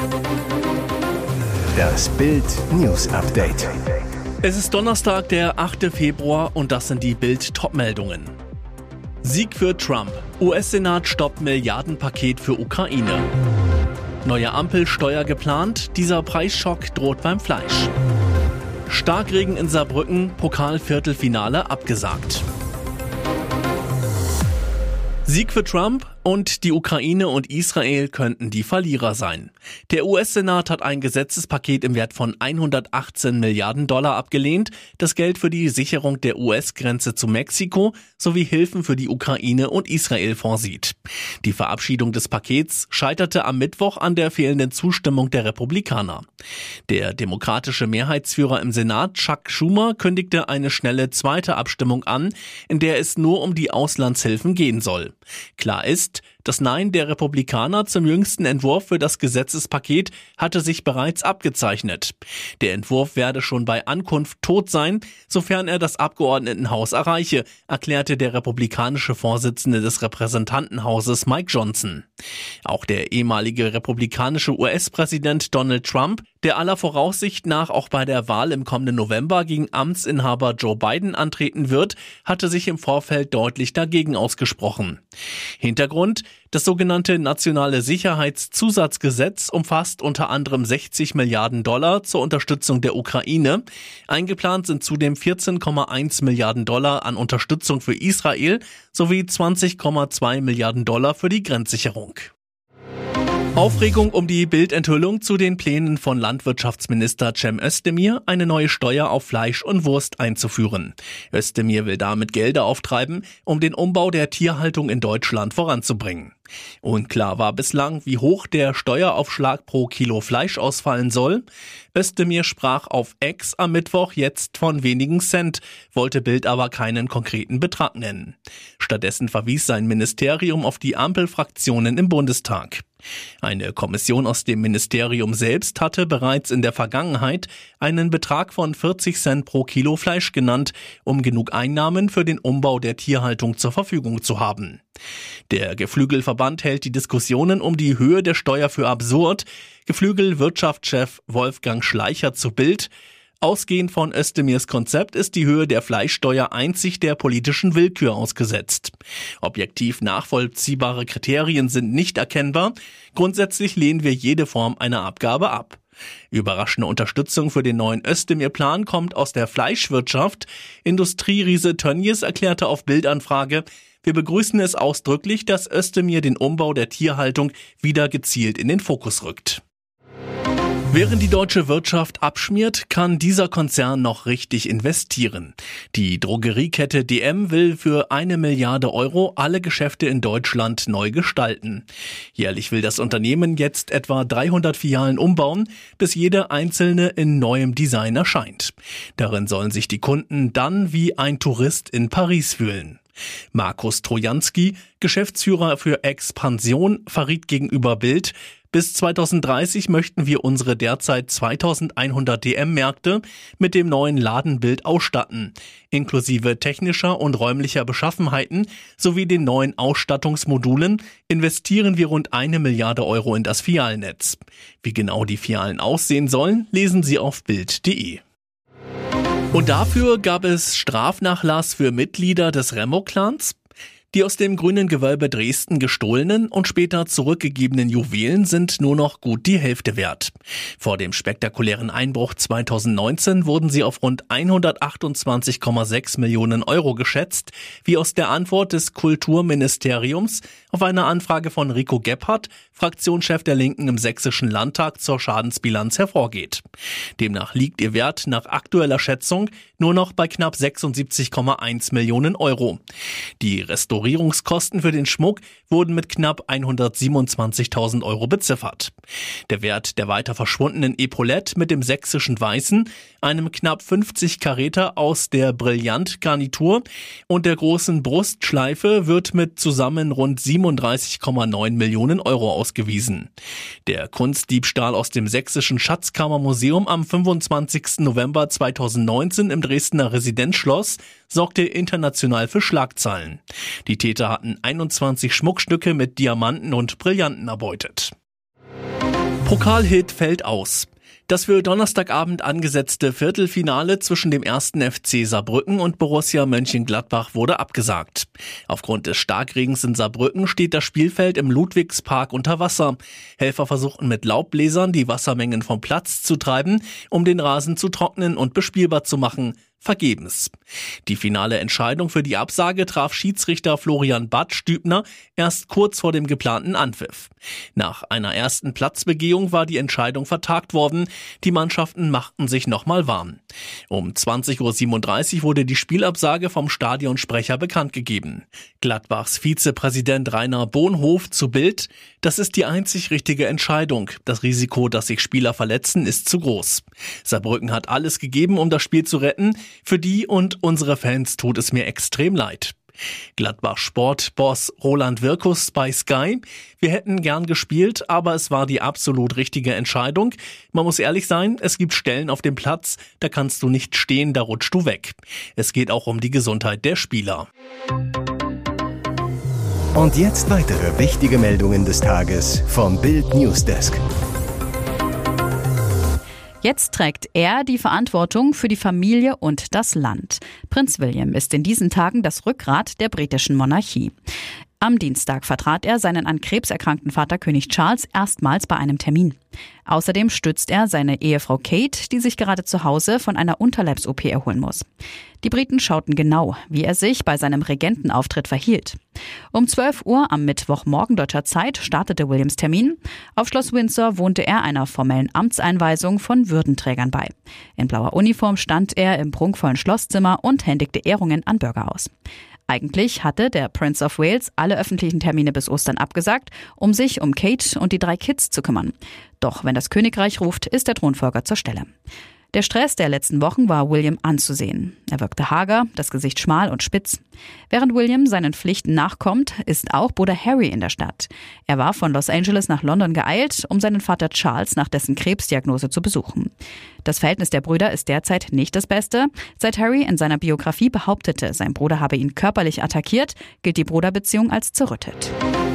Das Bild News Update. Es ist Donnerstag, der 8. Februar und das sind die Bild-Top-Meldungen. Sieg für Trump. US-Senat stoppt Milliardenpaket für Ukraine. Neue Ampelsteuer geplant, dieser Preisschock droht beim Fleisch. Starkregen in Saarbrücken, Pokal-Viertelfinale abgesagt. Sieg für Trump und die Ukraine und Israel könnten die Verlierer sein. Der US-Senat hat ein Gesetzespaket im Wert von 118 Milliarden Dollar abgelehnt, das Geld für die Sicherung der US-Grenze zu Mexiko sowie Hilfen für die Ukraine und Israel vorsieht. Die Verabschiedung des Pakets scheiterte am Mittwoch an der fehlenden Zustimmung der Republikaner. Der demokratische Mehrheitsführer im Senat, Chuck Schumer, kündigte eine schnelle zweite Abstimmung an, in der es nur um die Auslandshilfen gehen soll. Klar ist, das Nein der Republikaner zum jüngsten Entwurf für das Gesetzespaket hatte sich bereits abgezeichnet. Der Entwurf werde schon bei Ankunft tot sein, sofern er das Abgeordnetenhaus erreiche, erklärte der republikanische Vorsitzende des Repräsentantenhauses Mike Johnson. Auch der ehemalige republikanische US-Präsident Donald Trump, der aller Voraussicht nach auch bei der Wahl im kommenden November gegen Amtsinhaber Joe Biden antreten wird, hatte sich im Vorfeld deutlich dagegen ausgesprochen. Hintergrund: Das sogenannte Nationale Sicherheitszusatzgesetz umfasst unter anderem 60 Milliarden Dollar zur Unterstützung der Ukraine. Eingeplant sind zudem 14,1 Milliarden Dollar an Unterstützung für Israel sowie 20,2 Milliarden Dollar für die Grenzsicherung. Aufregung um die Bild-Enthüllung zu den Plänen von Landwirtschaftsminister Cem Özdemir, eine neue Steuer auf Fleisch und Wurst einzuführen. Özdemir will damit Gelder auftreiben, um den Umbau der Tierhaltung in Deutschland voranzubringen. Unklar war bislang, wie hoch der Steueraufschlag pro Kilo Fleisch ausfallen soll. Özdemir sprach auf X am Mittwoch jetzt von wenigen Cent, wollte Bild aber keinen konkreten Betrag nennen. Stattdessen verwies sein Ministerium auf die Ampelfraktionen im Bundestag. Eine Kommission aus dem Ministerium selbst hatte bereits in der Vergangenheit einen Betrag von 40 Cent pro Kilo Fleisch genannt, um genug Einnahmen für den Umbau der Tierhaltung zur Verfügung zu haben. Der Geflügelverband hält die Diskussionen um die Höhe der Steuer für absurd. Geflügel-Wirtschaftschef Wolfgang Schleicher zu Bild: Ausgehend von Özdemirs Konzept ist die Höhe der Fleischsteuer einzig der politischen Willkür ausgesetzt. Objektiv nachvollziehbare Kriterien sind nicht erkennbar. Grundsätzlich lehnen wir jede Form einer Abgabe ab. Überraschende Unterstützung für den neuen Özdemir-Plan kommt aus der Fleischwirtschaft. Industrieriese Tönnies erklärte auf Bildanfrage: Wir begrüßen es ausdrücklich, dass Özdemir den Umbau der Tierhaltung wieder gezielt in den Fokus rückt. Während die deutsche Wirtschaft abschmiert, kann dieser Konzern noch richtig investieren. Die Drogeriekette DM will für 1 Milliarde Euro alle Geschäfte in Deutschland neu gestalten. Jährlich will das Unternehmen jetzt etwa 300 Filialen umbauen, bis jede einzelne in neuem Design erscheint. Darin sollen sich die Kunden dann wie ein Tourist in Paris fühlen. Markus Trojanski, Geschäftsführer für Expansion, verriet gegenüber Bild: Bis 2030 möchten wir unsere derzeit 2100 DM-Märkte mit dem neuen Ladenbild ausstatten. Inklusive technischer und räumlicher Beschaffenheiten sowie den neuen Ausstattungsmodulen investieren wir rund 1 Milliarde Euro in das Filialnetz. Wie genau die Filialen aussehen sollen, lesen Sie auf Bild.de. Und dafür gab es Strafnachlass für Mitglieder des Remo-Clans. Die aus dem Grünen Gewölbe Dresden gestohlenen und später zurückgegebenen Juwelen sind nur noch gut die Hälfte wert. Vor dem spektakulären Einbruch 2019 wurden sie auf rund 128,6 Millionen Euro geschätzt, wie aus der Antwort des Kulturministeriums auf eine Anfrage von Rico Gebhardt, Fraktionschef der Linken im Sächsischen Landtag, zur Schadensbilanz hervorgeht. Demnach liegt ihr Wert nach aktueller Schätzung nur noch bei knapp 76,1 Millionen Euro. Die Restaurierungskosten für den Schmuck wurden mit knapp 127.000 Euro beziffert. Der Wert der weiter verschwundenen Epaulette mit dem sächsischen Weißen, einem knapp 50 Karäter aus der Brillant-Garnitur und der großen Brustschleife wird mit zusammen rund 37,9 Millionen Euro ausgewiesen. Der Kunstdiebstahl aus dem Sächsischen Schatzkammermuseum am 25. November 2019 im Dresdner Residenzschloss sorgte international für Schlagzeilen. Die Täter hatten 21 Schmuckstücke mit Diamanten und Brillanten erbeutet. Pokalhit fällt aus. Das für Donnerstagabend angesetzte Viertelfinale zwischen dem 1. FC Saarbrücken und Borussia Mönchengladbach wurde abgesagt. Aufgrund des Starkregens in Saarbrücken steht das Spielfeld im Ludwigspark unter Wasser. Helfer versuchten mit Laubbläsern die Wassermengen vom Platz zu treiben, um den Rasen zu trocknen und bespielbar zu machen. Vergebens. Die finale Entscheidung für die Absage traf Schiedsrichter Florian Badstübner erst kurz vor dem geplanten Anpfiff. Nach einer ersten Platzbegehung war die Entscheidung vertagt worden. Die Mannschaften machten sich nochmal warm. Um 20:37 Uhr wurde die Spielabsage vom Stadionsprecher bekannt gegeben. Gladbachs Vizepräsident Rainer Bonhof zu Bild: Das ist die einzig richtige Entscheidung. Das Risiko, dass sich Spieler verletzen, ist zu groß. Saarbrücken hat alles gegeben, um das Spiel zu retten. Für die und unsere Fans tut es mir extrem leid. Gladbach-Sportboss Roland Wirkus bei Sky: Wir hätten gern gespielt, aber es war die absolut richtige Entscheidung. Man muss ehrlich sein, es gibt Stellen auf dem Platz, da kannst du nicht stehen, da rutschst du weg. Es geht auch um die Gesundheit der Spieler. Und jetzt weitere wichtige Meldungen des Tages vom Bild Newsdesk. Jetzt trägt er die Verantwortung für die Familie und das Land. Prinz William ist in diesen Tagen das Rückgrat der britischen Monarchie. Am Dienstag vertrat er seinen an Krebs erkrankten Vater König Charles erstmals bei einem Termin. Außerdem stützt er seine Ehefrau Kate, die sich gerade zu Hause von einer Unterleibs-OP erholen muss. Die Briten schauten genau, wie er sich bei seinem Regentenauftritt verhielt. Um 12 Uhr am Mittwochmorgen deutscher Zeit startete Williams Termin. Auf Schloss Windsor wohnte er einer formellen Amtseinweisung von Würdenträgern bei. In blauer Uniform stand er im prunkvollen Schlosszimmer und händigte Ehrungen an Bürger aus. Eigentlich hatte der Prince of Wales alle öffentlichen Termine bis Ostern abgesagt, um sich um Kate und die 3 Kids zu kümmern. Doch wenn das Königreich ruft, ist der Thronfolger zur Stelle. Der Stress der letzten Wochen war William anzusehen. Er wirkte hager, das Gesicht schmal und spitz. Während William seinen Pflichten nachkommt, ist auch Bruder Harry in der Stadt. Er war von Los Angeles nach London geeilt, um seinen Vater Charles nach dessen Krebsdiagnose zu besuchen. Das Verhältnis der Brüder ist derzeit nicht das Beste. Seit Harry in seiner Biografie behauptete, sein Bruder habe ihn körperlich attackiert, gilt die Bruderbeziehung als zerrüttet.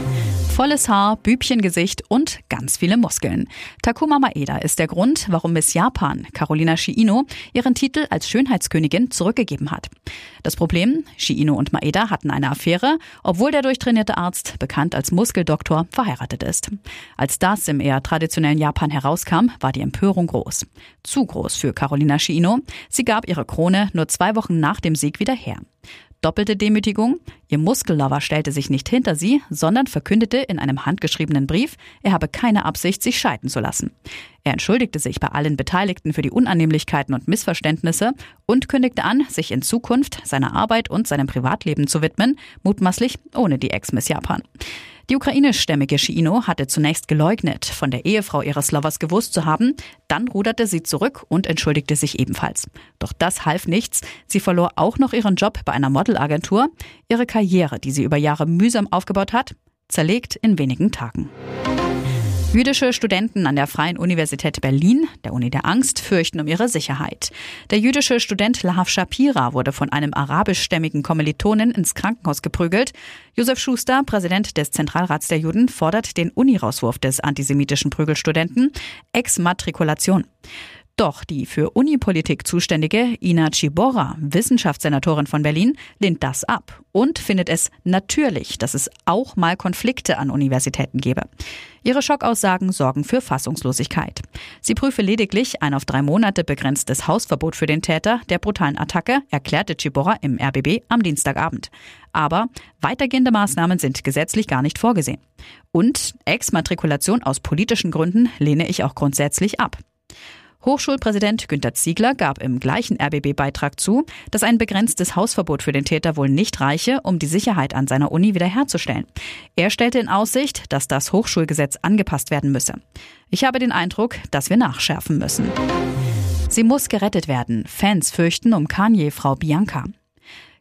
Volles Haar, Bübchengesicht und ganz viele Muskeln. Takuma Maeda ist der Grund, warum Miss Japan, Carolina Shiino, ihren Titel als Schönheitskönigin zurückgegeben hat. Das Problem: Shiino und Maeda hatten eine Affäre, obwohl der durchtrainierte Arzt, bekannt als Muskeldoktor, verheiratet ist. Als das im eher traditionellen Japan herauskam, war die Empörung groß. Zu groß für Carolina Shiino. Sie gab ihre Krone nur 2 Wochen nach dem Sieg wieder her. Doppelte Demütigung: Ihr Muskellover stellte sich nicht hinter sie, sondern verkündete in einem handgeschriebenen Brief, er habe keine Absicht, sich scheiden zu lassen. Er entschuldigte sich bei allen Beteiligten für die Unannehmlichkeiten und Missverständnisse und kündigte an, sich in Zukunft seiner Arbeit und seinem Privatleben zu widmen, mutmaßlich ohne die Ex-Miss Japan. Die ukrainischstämmige Shiino hatte zunächst geleugnet, von der Ehefrau ihres Lovers gewusst zu haben. Dann ruderte sie zurück und entschuldigte sich ebenfalls. Doch das half nichts. Sie verlor auch noch ihren Job bei einer Modelagentur. Ihre Karriere, die sie über Jahre mühsam aufgebaut hat, zerlegt in wenigen Tagen. Jüdische Studenten an der Freien Universität Berlin, der Uni der Angst, fürchten um ihre Sicherheit. Der jüdische Student Lahav Shapira wurde von einem arabischstämmigen Kommilitonen ins Krankenhaus geprügelt. Josef Schuster, Präsident des Zentralrats der Juden, fordert den Unirauswurf des antisemitischen Prügelstudenten, Exmatrikulation. Doch die für Unipolitik zuständige Ina Ciborra, Wissenschaftssenatorin von Berlin, lehnt das ab und findet es natürlich, dass es auch mal Konflikte an Universitäten gebe. Ihre Schockaussagen sorgen für Fassungslosigkeit. Sie prüfe lediglich ein auf 3 Monate begrenztes Hausverbot für den Täter der brutalen Attacke, erklärte Ciborra im RBB am Dienstagabend. Aber weitergehende Maßnahmen sind gesetzlich gar nicht vorgesehen. Und Exmatrikulation aus politischen Gründen lehne ich auch grundsätzlich ab. Hochschulpräsident Günter Ziegler gab im gleichen RBB-Beitrag zu, dass ein begrenztes Hausverbot für den Täter wohl nicht reiche, um die Sicherheit an seiner Uni wiederherzustellen. Er stellte in Aussicht, dass das Hochschulgesetz angepasst werden müsse. Ich habe den Eindruck, dass wir nachschärfen müssen. Sie muss gerettet werden. Fans fürchten um Kanye-Frau Bianca.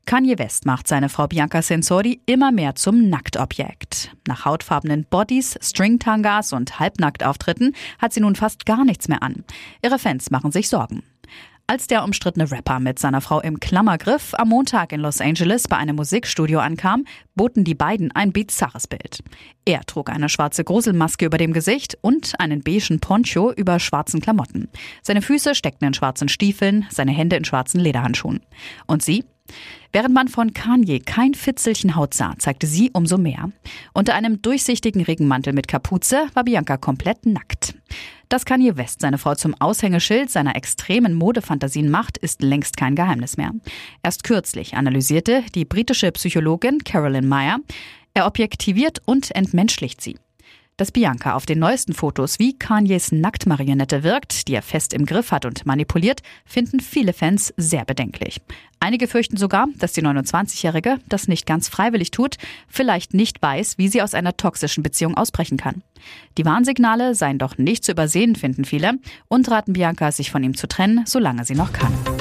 Kanye West macht seine Frau Bianca Censori immer mehr zum Nacktobjekt. Nach hautfarbenen Bodies, Stringtangas und Halbnacktauftritten hat sie nun fast gar nichts mehr an. Ihre Fans machen sich Sorgen. Als der umstrittene Rapper mit seiner Frau im Klammergriff am Montag in Los Angeles bei einem Musikstudio ankam, boten die beiden ein bizarres Bild. Er trug eine schwarze Gruselmaske über dem Gesicht und einen beigen Poncho über schwarzen Klamotten. Seine Füße steckten in schwarzen Stiefeln, seine Hände in schwarzen Lederhandschuhen. Und sie? Während man von Kanye kein Fitzelchen Haut sah, zeigte sie umso mehr. Unter einem durchsichtigen Regenmantel mit Kapuze war Bianca komplett nackt. Dass Kanye West seine Frau zum Aushängeschild seiner extremen Modefantasien macht, ist längst kein Geheimnis mehr. Erst kürzlich analysierte die britische Psychologin Carolyn Meyer, er objektiviert und entmenschlicht sie. Dass Bianca auf den neuesten Fotos wie Kanyes Nacktmarionette wirkt, die er fest im Griff hat und manipuliert, finden viele Fans sehr bedenklich. Einige fürchten sogar, dass die 29-Jährige das nicht ganz freiwillig tut, vielleicht nicht weiß, wie sie aus einer toxischen Beziehung ausbrechen kann. Die Warnsignale seien doch nicht zu übersehen, finden viele, und raten Bianca, sich von ihm zu trennen, solange sie noch kann.